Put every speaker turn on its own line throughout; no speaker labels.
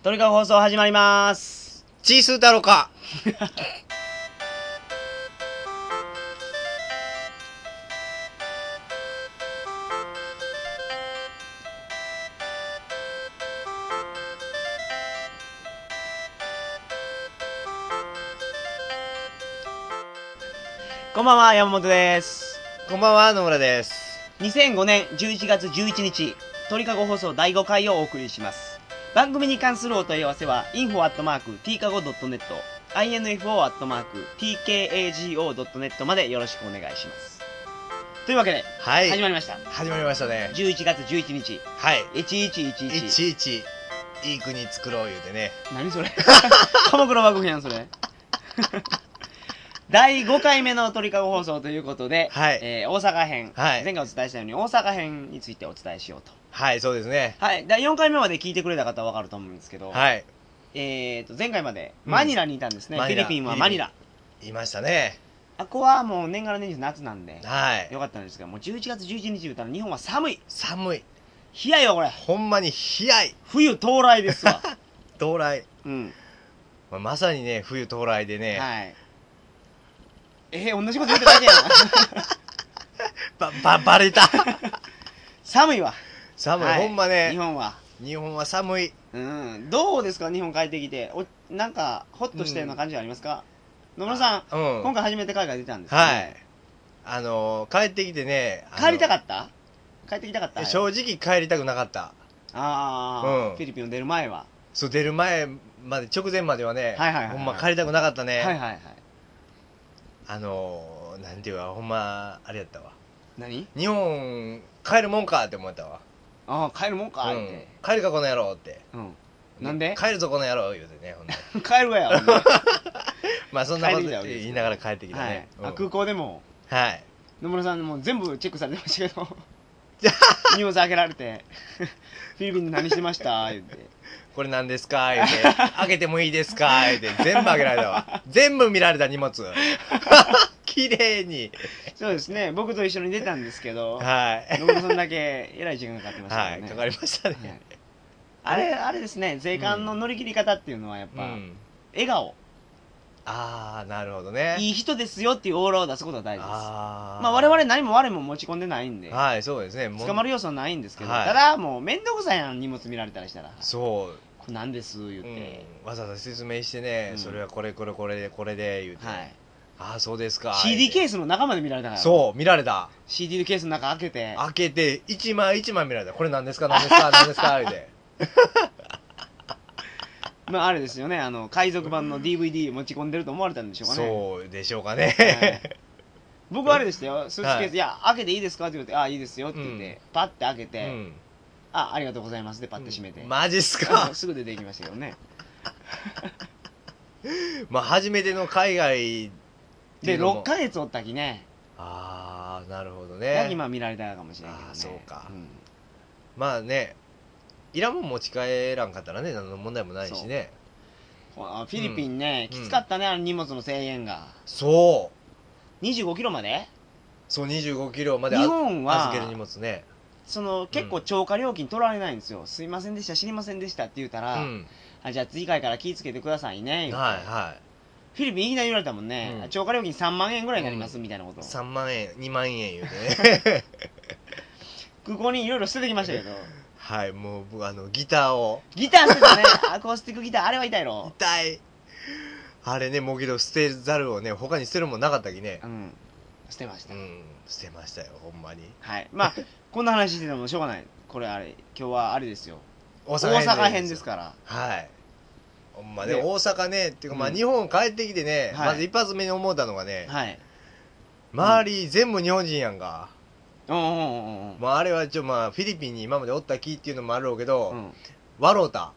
鳥かご放送始まります。
チースー太郎か
こんばんは、山本です。
こんばんは、野村です。
2005年11月11日、鳥かご放送第5回をお送りします。番組に関するお問い合わせは info@tkago.net info@tkago.net までよろしくお願いします。というわけで、
はい。
始まりました。
始まりましたね。
11月11日。
はい。
1111。
いい国作ろう言うてね。
何それ鎌倉幕府やん、それ。第5回目の鳥かご放送ということで、
はい。
大阪編、
はい。
前回お伝えしたように大阪編についてお伝えしようと。
はい、そうですね。
はい。第4回目まで聞いてくれた方はわかると思うんですけど、
はい。
前回までマニラにいたんですね。フィリピンはマニラ。
いましたね。
あこはもう年がら年中夏なんで、
はい。
よかったんですが、もう11月11日言うたら日本は寒い。
寒い。
冷やいわ、これ。
ほんまに冷やい。
冬到来ですわ。
到来。
うん。
まさにね、冬到来でね。
はい。同じこと言ってただけや
な。バレた。
寒いわ。
寒い、
はい、
ほんまね。
日本は
寒い。
うん。どうですか、日本帰ってきて。なんか、ホッとしたような感じはありますか、野村さん、今回初めて海外出たんですけど、
はい。帰ってきてね。
帰りたかった？帰ってきたかった？
正直帰りたくなかった。
フィリピンを出る前は。
そう、出る前まで、直前まではね、ほんま帰りたくなかったね。
はいはいはい。
なんていうか、ほんま、あれやったわ。
何？
日本、帰るもんかって思ったわ。
帰るもんかって。
帰るかこの野郎って。
うん。なんで？
帰るぞこの野郎言うてね、ほんで。
帰るわや、ほんで。
まあそんなこと言いながら帰ってきたね。
空港でも。
はい。
野村さんも全部チェックされてましたけど、荷物開けられて、フィリピンで何してました言って。
これ何ですか言うて、開けてもいいですか言うて、全部開けられたわ。全部見られた荷物。綺麗に。
そうですね、僕と一緒に出たんですけど、
はい。
野村さんだけえらい時間かかってましたね。
はい、かかりましたね。
あれですね、税関の乗り切り方っていうのはやっぱ、笑顔。
ああ、なるほどね。
いい人ですよっていうオーラを出すことが大事です。まあ我々何も悪いも持ち込んでないんで、
はい、そうですね。
捕まる要素はないんですけど、ただもう面倒くさいやん、荷物見られたりしたら。
そう。
これなんです言って。
わざわざ説明してね、それはこれで言うて。はい。ああ、そうですか。
CD ケースの中まで見られたから。
そう、見られた。
CD ケースの中開けて、
一枚一枚見られた。これ何ですか言うて。
まああれですよね、海賊版の DVD 持ち込んでると思われたんでしょうかね。
そうでしょうかね。
僕はあれでしたよ、スーツケース、いや、開けていいですかって言われて、ああ、いいですよって言って、パッて開けて、ありがとうございますでパッて閉めて。
マジっすか？
すぐ出ていきましたけどね。
まあ初めての海外
で、6ヶ月おったきね。
ああ、なるほどね。
今見られたかもしれないけどね。
そうか。まあね、いらんもん持ち帰らんかったらね、何の問題もないしね。
フィリピンね、きつかったね、荷物の制限が。
そう。
25キロまで？
そう、25キロまで
日本は
預ける荷物ね。
結構超過料金取られないんですよ。すいませんでした、知りませんでしたって言うたら、じゃあ次回から気ぃつけてくださいね。
はいはい。
フィリピンいきなり言われたもんね、超過料金3万円ぐらいになりますみたいなこと。
3万円、2万円言うてね。
空港にいろいろ捨ててきましたけど。
はい、もう僕ギター
捨てたね。アコースティックギター、あれは痛いろ。
痛い。あれね、もうけど捨てざるをね、他に捨てるもんなかったきね。
捨てました。
捨てましたよ、ほんまに。
はい。まあ、こんな話しててもしょうがない。これ今日はあれですよ。大阪編ですから。
はい。ほんまね、大阪ね、っていうかまあ日本帰ってきてね、まず一発目に思ったのがね、周り全部日本人やんか。まああれはフィリピンに今までおったきっていうのもあるろうけど、笑うた。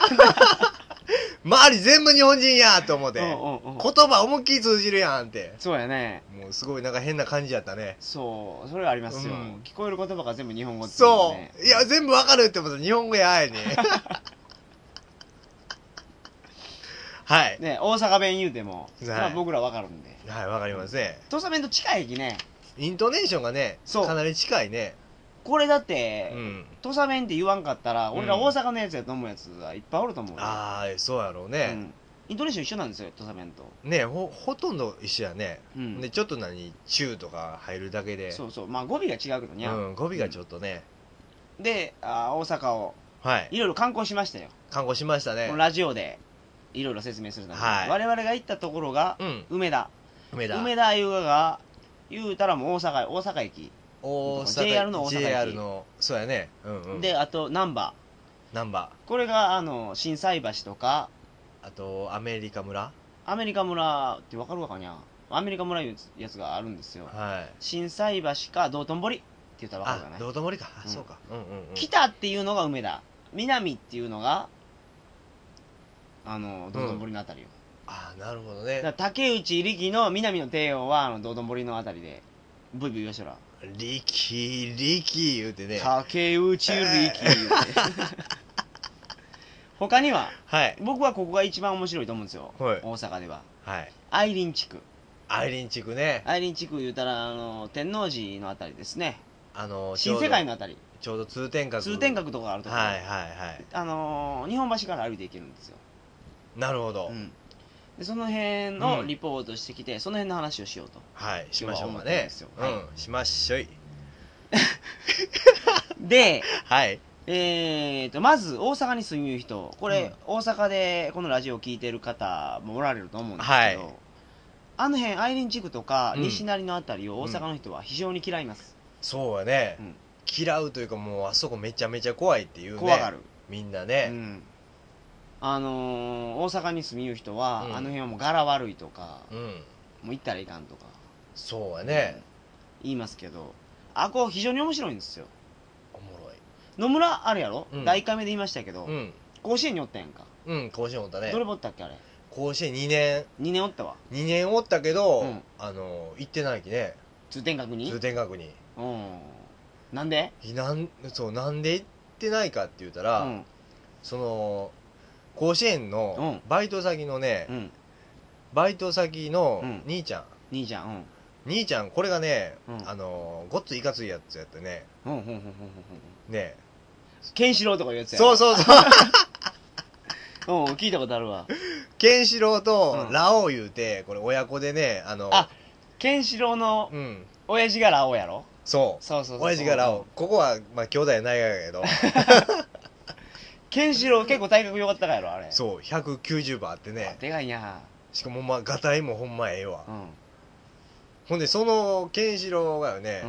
周り全部日本人やと思って、言葉思いっきり通じるやんって。
そうやね。
もうすごいなんか変な感じやったね。
そう、それはありますよ。聞こえる言葉が全部日本語って。
そう。いや、全部わかるって思ったら日本語やね。はい。
ね、大阪弁言うても、まあ僕らわかるんで。
はい、わかりますね。
土佐弁と近いきね。
イントネーションがね、かなり近いね。
これだって、土佐弁って言わんかったら、俺ら大阪のやつやと思うやつがいっぱいおると思う。
ああ、そうやろうね。
イントネーション一緒なんですよ、土佐弁と。
ね、ほとんど一緒やね。で、ちょっと中とか入るだけで。
そうそう。まあ語尾が違うけどにゃ。
語尾がちょっとね。
で、大阪を、いろいろ観光しましたよ。
観光しましたね。
このラジオで、いろいろ説明するために。我々が行ったところが、梅田いうが、言うたらもう大阪駅。JR の大阪駅。
JR の、そうやね。
で、あと、難波。これが、心斎橋とか、
あと、アメリカ村
ってわかるわかにゃ。アメリカ村いうやつがあるんですよ。心斎橋か道頓堀って言ったらわかるかね。
道頓堀か。そうか。
北っていうのが梅田。南っていうのが、道頓堀のあたりよ。
なるほどね。
竹内力の南の帝王は、道頓堀のあたりで、ブイブイ言わしとら。
力言うてね。
竹内力言うて。他には、僕はここが一番面白いと思うんですよ。大阪では。愛林地区。
愛林地区ね。
愛林地区言うたら、天王寺のあたりですね。新世界のあたり。
ちょうど通天閣
とかあるところ。日本橋から歩いて行けるんですよ。
なるほど。
でその辺のリポートしてきて、その辺の話をしようと。
しましょうかね。しまっしょい。
で、まず大阪に住む人、これ、大阪でこのラジオを聞いてる方もおられると思うんですけど、あの辺、愛林地区とか西成のあたりを大阪の人は非常に嫌います。
そうやね。嫌うというか、もうあそこめちゃめちゃ怖いっていうね。
怖がる。
みんなね。
大阪に住む人は、あの辺はもう柄悪いとか、もう行ったらいかんとか。
そうやね。
言いますけど、ここ非常に面白いんですよ。野村あるやろ、第1回目で言いましたけど、甲子園におったやんか。
甲子園おったね。
どれぼったっけあれ。
甲子園2年。
2年おったわ。
2年おったけど、行ってないきね。
通天閣に。なんで
なんで行ってないかって言うたら、その、甲子園のバイト先のね、バイト先の兄ちゃん、これがね、ごっついかついやつやってね。ね
ケンシロウとかいうやつや。
そう
聞いたことあるわ。
ケンシロウとラオウ言うて、これ親子でね、
ケンシロウの親父がラオウやろ。
そう親父がラオウ。ここはまあ兄弟ないやけど。
ケンシロウ結構体格良かったかやろあれ。
そう190番あってね。
でかいや。
しかもまあガタイもほんまええわ。ほんでそのケンシロウがよね、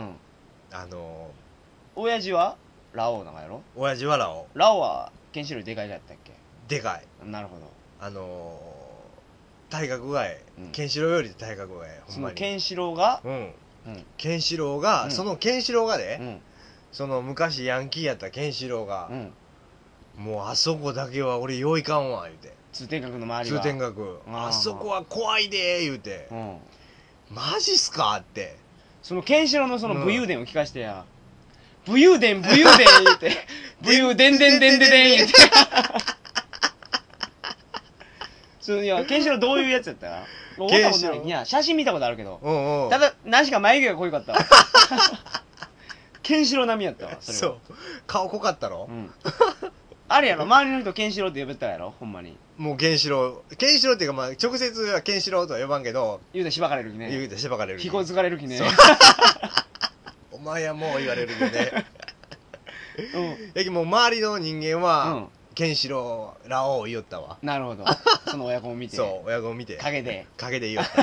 親父はラオウなんかやろ。
親父はラオ
ウ。ラオウはケンシロウよりでかいやったっけ。
でかい。
なるほ
ど。体格がええ。ケンシロウより体格がええ。
ほんまに。ケンシロウが
ケンシロウが、そのケンシロウがね、その昔ヤンキーやったケンシロウが、もうあそこだけは俺よいかんわ言うて。
通天閣の周りは。
通天閣。あそこは怖いで言うて。マジっすかって。
そのケンシロウのその武勇伝を聞かしてや。武勇伝言うて。武勇伝言うて。いや、ケンシロウどういうやつやったかケンシロウ。いや、写真見たことあるけど。ただ、何しか眉毛が濃いかったわ。ケンシロウ並みやったわ、それは。そう。
顔濃かったろ
あれやろ、周りの人ケンシロウって呼べたやろ、ほんまに。
もうケンシロウっていうか、まあ、直接はケンシロウとは呼ばんけど。
言うてしばかれる気ね。
気
こつかれる気ね。
お前はもう言われるよね。やけもう周りの人間は、ケンシロウ、ラオウ言おったわ。
なるほど。その親子を見て。
親子を見て。
陰で
言おった。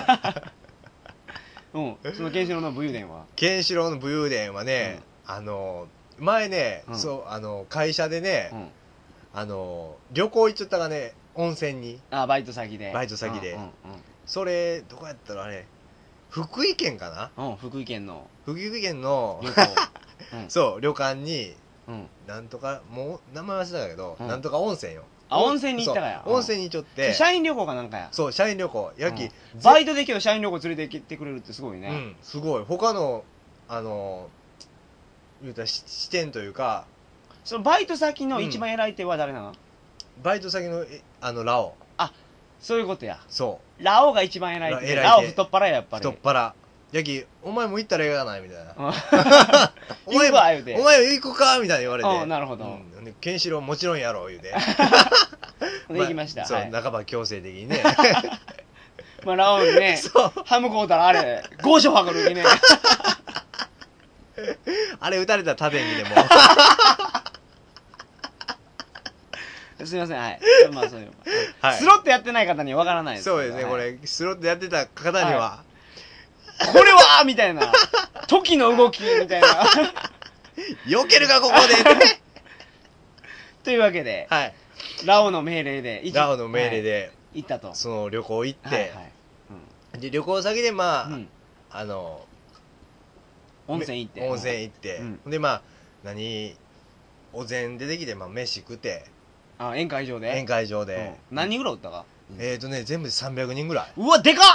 そのケンシロウの武勇伝は
ケンシロウの武勇伝はね、前ね、会社でね、旅行行っちゃったがね、温泉に。
バイト先で。
それ、どこやったらあれ、福井県かな。
福井県の。
そう、旅館に、なんとか、もう名前忘れたけど、なんとか温泉よ。
温泉に行ったかや。
温泉に行っちゃって。
社員旅行かなんかや。
そう、社員旅行。
バイトできど社員旅行連れて行ってくれるってすごいね。
すごい。他の、言うたら支店というか、
そのバイト先の一番偉い手は誰なの？
バイト先の、ラオウ。
そういうことや。
そう。
ラオウが一番偉い手。ラオウ太っ腹や、やっぱり。
太っ腹。 やき、お前も行ったらええがないみたいな。
お前も
行くかみたいな言われて。
なるほど。
ケンシロウもちろんやろう、言うて。
行きました。
そう、半ば強制的にね。
まあ、ラオウにね、ハム買うたらあれ、5升測る気ね。
あれ撃たれたら縦にでも。
すみません、はい。まあ、そういう。スロットやってない方にはわからないです。
そうですね、これ、スロットやってた方には。
これはみたいな。時の動きみたいな。
避けるか、ここで
というわけで、ラオの命令で、
行
ったと。
その旅行行って、で、旅行先で、まあ、
温泉行
って、で、まあ、お膳出てきて、まあ、飯食って、
宴会場で何人ぐらいおったか
全部で300人ぐらい。
うわ、でかっ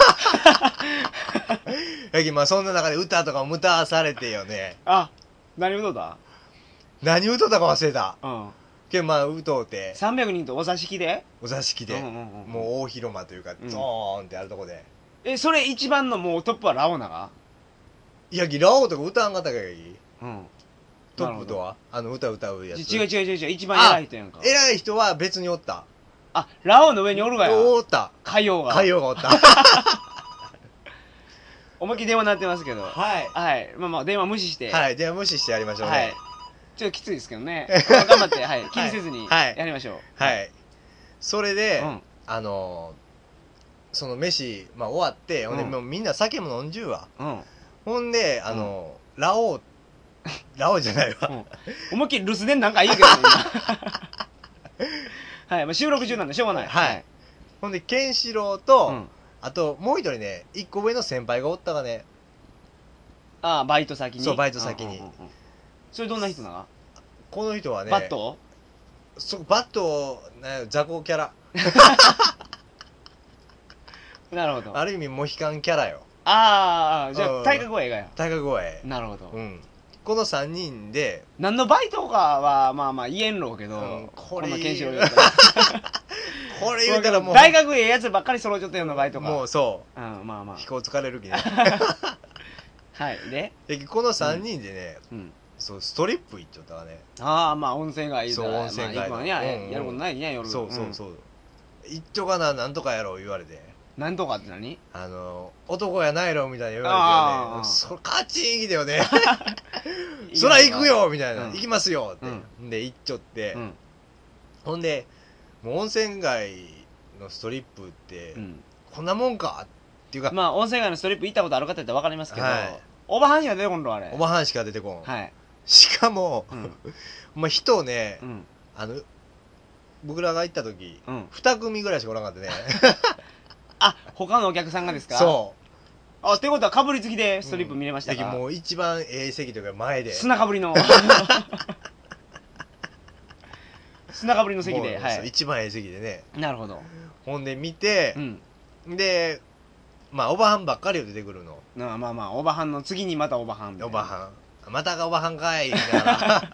やき、まあ、そんな中で歌とかも歌わされてよね。
何歌うた
何歌うたか忘れた。けど、まあ、歌うて。
300人とお座敷で
もう大広間というか、ドーンってあるとこで。
それ一番のもうトップはラオナが
いやき、ラオウとか歌わんかったかやき。トップとは歌歌うやつ。
違う、一番偉い人やんか。
偉い人は別におった。
ラオウの上におるがや。
おった。
海王が
おった。
思いっきり電話鳴ってますけど。はい。まあ、電話無視して。
電話無視してやりましょうね。
ちょっときついですけどね。頑張って、気にせずにやりましょう。
それで、その飯、まあ終わって、ほんで、もうみんな酒も飲んじゅうわ。ほんで、ラオウじゃないわ。
思いっきり留守電なんかいいけどね、今。まあ収録中なんでしょうがない。
ほんで、ケンシロウと、あと、もう一人ね、一個上の先輩がおったがね。
バイト先に。
そう、バイト先に。
それどんな人なの？
この人はね。
バット、
雑魚キャラ。
なるほど。
ある意味、モヒカンキャラよ。
じゃあ、体格はええがや。
体格はええ。
なるほど。
この3人で。
何のバイトかは、まあ言えんろうけど、
これ
言う
たらもう。
大学ええやつばっかり揃っちゃったようなバイトか。
もうそう。
まあ。
飛行疲れる気ね。
で
この3人でね、ストリップ行っちゃったわね。
まあ温泉街
そう、温泉街。
やることないね、夜。
そう。行っちょかな、なんとかやろう言われて。
なんとかって何？
男やないろみたいに言われてね。それカチン来てよね。そら行くよみたいな。行きますよって。で、行っちょって。ほんで、もう温泉街のストリップって、こんなもんかっていうか。
まあ温泉街のストリップ行ったことある方ってわかりますけど、おばはんしか出てこんのあれ。
おばはんしか出てこん。しかも、人ね、僕らが行った時、2組ぐらいしかおらんかったね。
他のお客さんがですか？
そう。
ってことはかぶりつきでストリップ見れましたか？
もう一番ええ席というか前で。
砂かぶりの。砂かぶりの席で。
一番ええ席でね。
なるほど。
ほんで見て、で、まあ、おばはんばっかり出てくるの。
まあ、おばはんの次にまたおばはん。
おばはん。またがおばはんかいみたいな。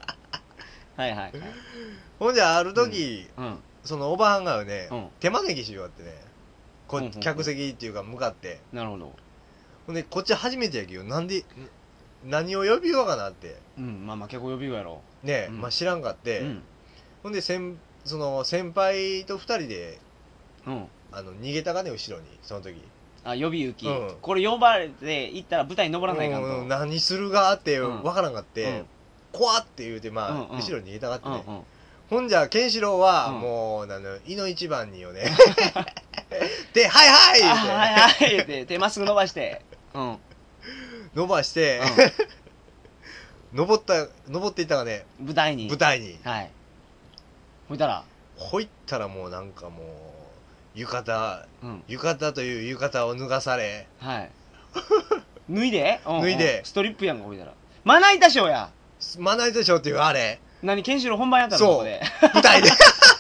ほんで、ある時、そのおばはんがね、手招きしようってね。客席っていうか向かって。
なるほど。
ほんで、こっち初めてやけど、何を呼びようかなって。
まあ結構呼びようやろ。
ねまあ知らんかって。ほんで、その先輩と2人で、逃げたがね、後ろに、その時。
呼び行き。これ呼ばれて行ったら舞台に登らないかんと。
何するがってわからんかって、怖って言うて、まあ、後ろに逃げたがってね。ほんじゃ、ケンシロウは、もう、いの一番によね。で、はい
言って、手まっすぐ伸ばして。
伸ばして、登っていったがね。
舞台に。ほい
ったらもうなんかもう、浴衣という浴衣を脱がされ。
脱いで
脱いで。
ストリップやんか、ほいたら。まな板ショーや。
まな板ショーっていうあれ。
何、ケンシロウ本番やったの
そう。舞台で。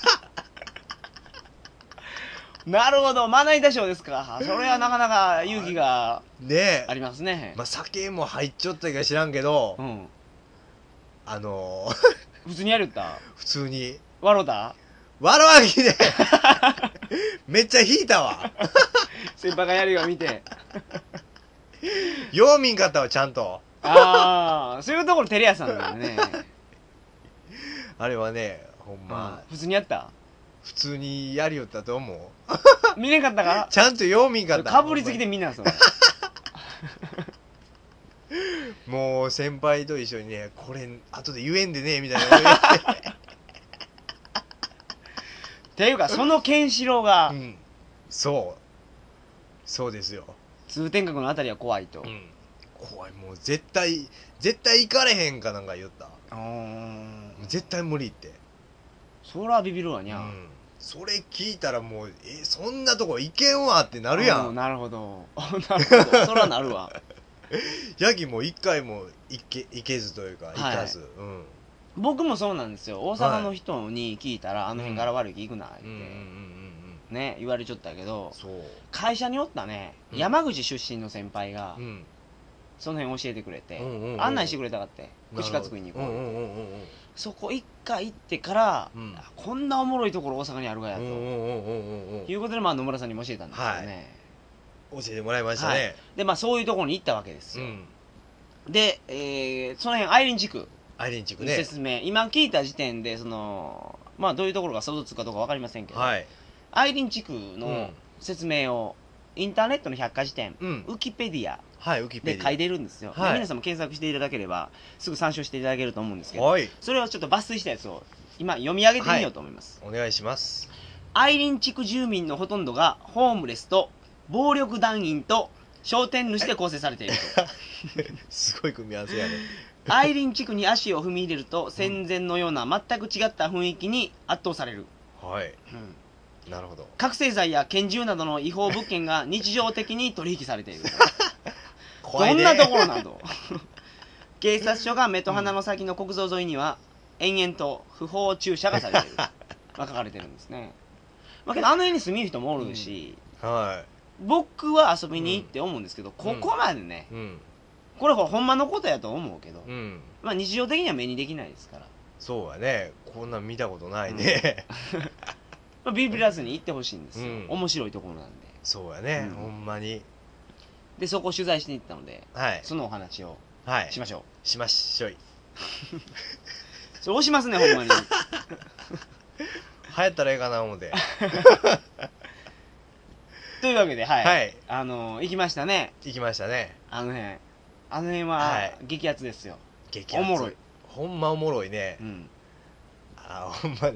なるほど、まな板ショーですか。それはなかなか勇気がありますね。
まあ、酒も入っちゃったか知らんけど、
普通にやるった
普通に。
笑うた
笑わんきで。めっちゃ引いたわ。
先輩がやるよ、見て。
よう見んかったわ、ちゃんと。
ああ、そういうところテレ朝なんだよね。
あれはね、ほんま。
普通にやった？
普通にやりよったと思う。
見れんかったか？
ちゃんとよう見んかった。
かぶりつきでみんなそれ。
もう先輩と一緒にね、これ後で言えんでねみたいな。
っていうかそのケンシロウが、
うん、そうですよ。
通天閣のあたりは怖いと、
怖い、もう絶対行かれへんかなんか言った。絶対無理って。
そらビビるわにゃ、
それ聞いたらもうそんなとこ行けんわってなるやん。
なるほどなるほど、そらなるわ。
ヤギも一回も行けずというか行かず、
僕もそうなんですよ。大阪の人に聞いたら、あの辺柄悪い気行くなってね言われちゃったけど、会社におったね、山口出身の先輩が、その辺教えてくれて、案内してくれたかって串カツ食いに行こう。そこ一回行ってから、こんなおもろいところ大阪にあるがやということで、野村さんにも教えたんですよね。
教えてもらいましたね。
でそういうところに行ったわけですよ。で、その辺アイリン地区の説明、今聞いた時点でどういうところが想像つくかどうか分かりませんけど、アイリン地区の説明をインターネットの百科事典、ウキペディアで書いてるんですよ。皆さんも検索していただければすぐ参照していただけると思うんですけど、それをちょっと抜粋したやつを今読み上げてみようと思います。
お願いします。
アイリン地区住民のほとんどがホームレスと暴力団員と商店主で構成されていると。
すごい組み合わせやね。
アイリン地区に足を踏み入れると、戦前のような全く違った雰囲気に圧倒される。
なるほど。
覚醒剤や拳銃などの違法物件が日常的に取引されている。どんなところなど。警察署が目と鼻の先の国道沿いには延々と不法駐車がされている。書かれてるんですね。けどあの辺に住みる人もおるし、僕は遊びに行って思うんですけど、ここまでね、これほんまのことやと思うけど、日常的には目にできないですから。
そうやね、こんなん見たことないね。
ビビらずに行ってほしいんですよ。面白いところなんで。
そうやね、ほんまに。
でそこを取材しに行ったので、そのお話をしましょう。
しましょい。
それ押しますね、ほんまに。
流行ったらええかな思って。
というわけで、行きましたね。
行きましたね。
あの辺は激アツですよ。おもろい。
ほんまおもろいね。ほんま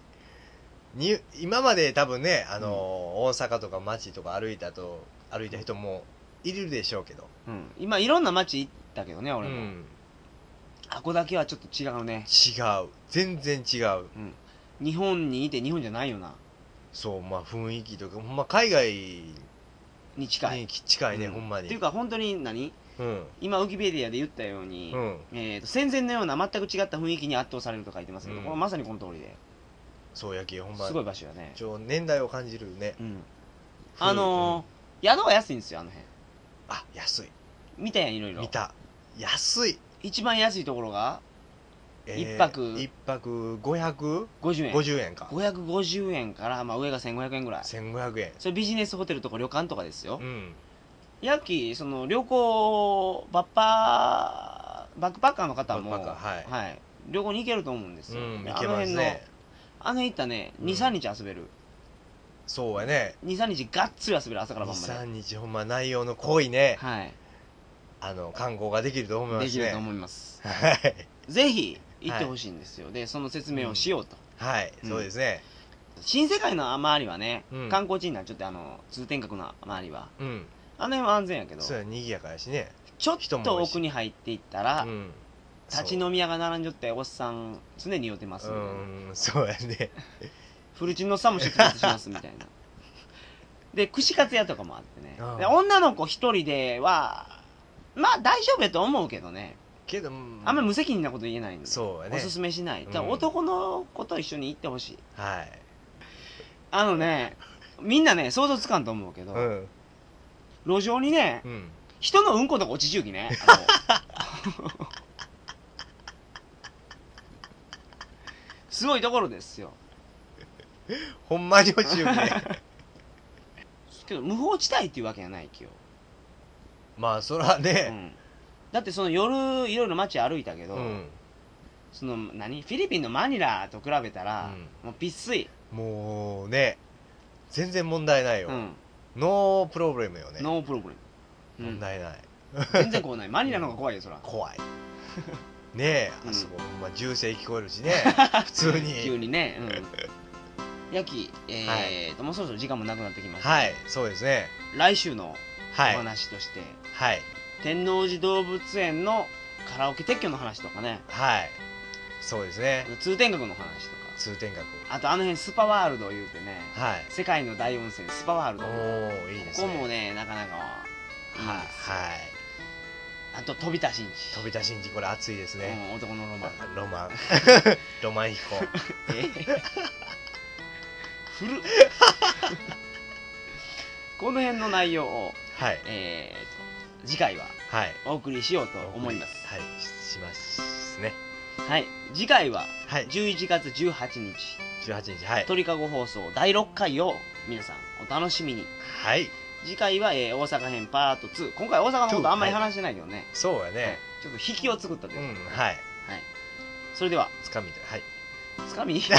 今まで多分ね、大阪とか町とか歩いた人もいるでしょうけど、
今いろんな町行ったけどね、俺も。あこだけはちょっと違うね。
違う、全然違う。
日本にいて日本じゃないよな。
そう、雰囲気とかほんま海外
に近
いね、ほんまに。
っていうか本当に今ウィキペディアで言ったように、戦前のような全く違った雰囲気に圧倒されると書いてますけど、これまさにこの通りで。
そうやきほんます
ごい場所やね。
年代を感じるね。
宿は安いんですよ、あの辺。
安い。
見たやん、いろいろ。
見た。安い。
一番安いところが1泊
550円か。
550円から、上が1500円ぐらい。
1500円。
それビジネスホテルとか旅館とかですよ。やっき旅行バックパッカーの方も旅行に行けると思うんですよ。
行けますね。
あの辺行ったね、2、3日遊べる。
そうやね。
2、3日がっつり遊べる、朝から晩まで。
2、3日ほんま内容の濃いね。観光ができると思いますね。
できると思います。ぜひ行ってほしいんですよ。でその説明をしようと。
そうですね。
新世界の周りはね、観光地になっちゃって、通天閣の周りはあの辺は安全やけど、
そうや、賑やかやしね。
ちょっと奥に入っていったら、立ち飲み屋が並んじゃっておっさん常に酔ってますみたいな。
そうやね。
フルチンの差も出没しますみたいな。で串カツ屋とかもあってね、女の子一人では大丈夫やと思うけどね。
けど
あんまり無責任なこと言えないんで、
そうやね、
おすすめしない。男の子と一緒に行ってほしい。みんなね想像つかんと思うけど、路上にね、人のうんことか落ちちゅうきね、すごいところですよ。
ほんまに落ちちゅうきね。
けど無法地帯っていうわけじゃないきよ。
まあそらね、
だってその夜いろいろ街歩いたけど、そのフィリピンのマニラと比べたら、もうぴっすい。
もうね全然問題ないよ、ノープロブレムよね。
ノープロブレ
ム、問題ない。
全然怖ない。マニラの方が怖いよそら。
怖いねえ、あそこ銃声聞こえるしね普通に
急にね。やき、もうそろそろ時間もなくなってきました。
はい、そうですね。
来週のお話として、天王寺動物園のカラオケ撤去の話とかね。
はい、そうですね。
通天閣の話とか。
通天閣。
あと辺スパワールド言うてね、世界の大温泉スパワールド。
おお、いいですね。
ここもねなかなかいいです。あと飛田新地。
飛田新地、これ熱いですね。
男のロマン。
ロマンロマン飛行。
古っこの辺の内容を、次回はお送りしようと思います。
しますね。
次回は11月18日、鳥かご放送第6回を皆さんお楽しみに。次回は、大阪編パート2。今回大阪のことあんまり話してないけどね。
そうやね。
ちょっと引きを作ったという。
はい。
それでは
つかみで、
つかみ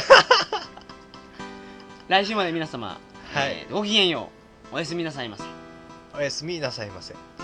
来週まで皆様、ごきげんよう。おやすみなさいませ。
おやすみなさいませ。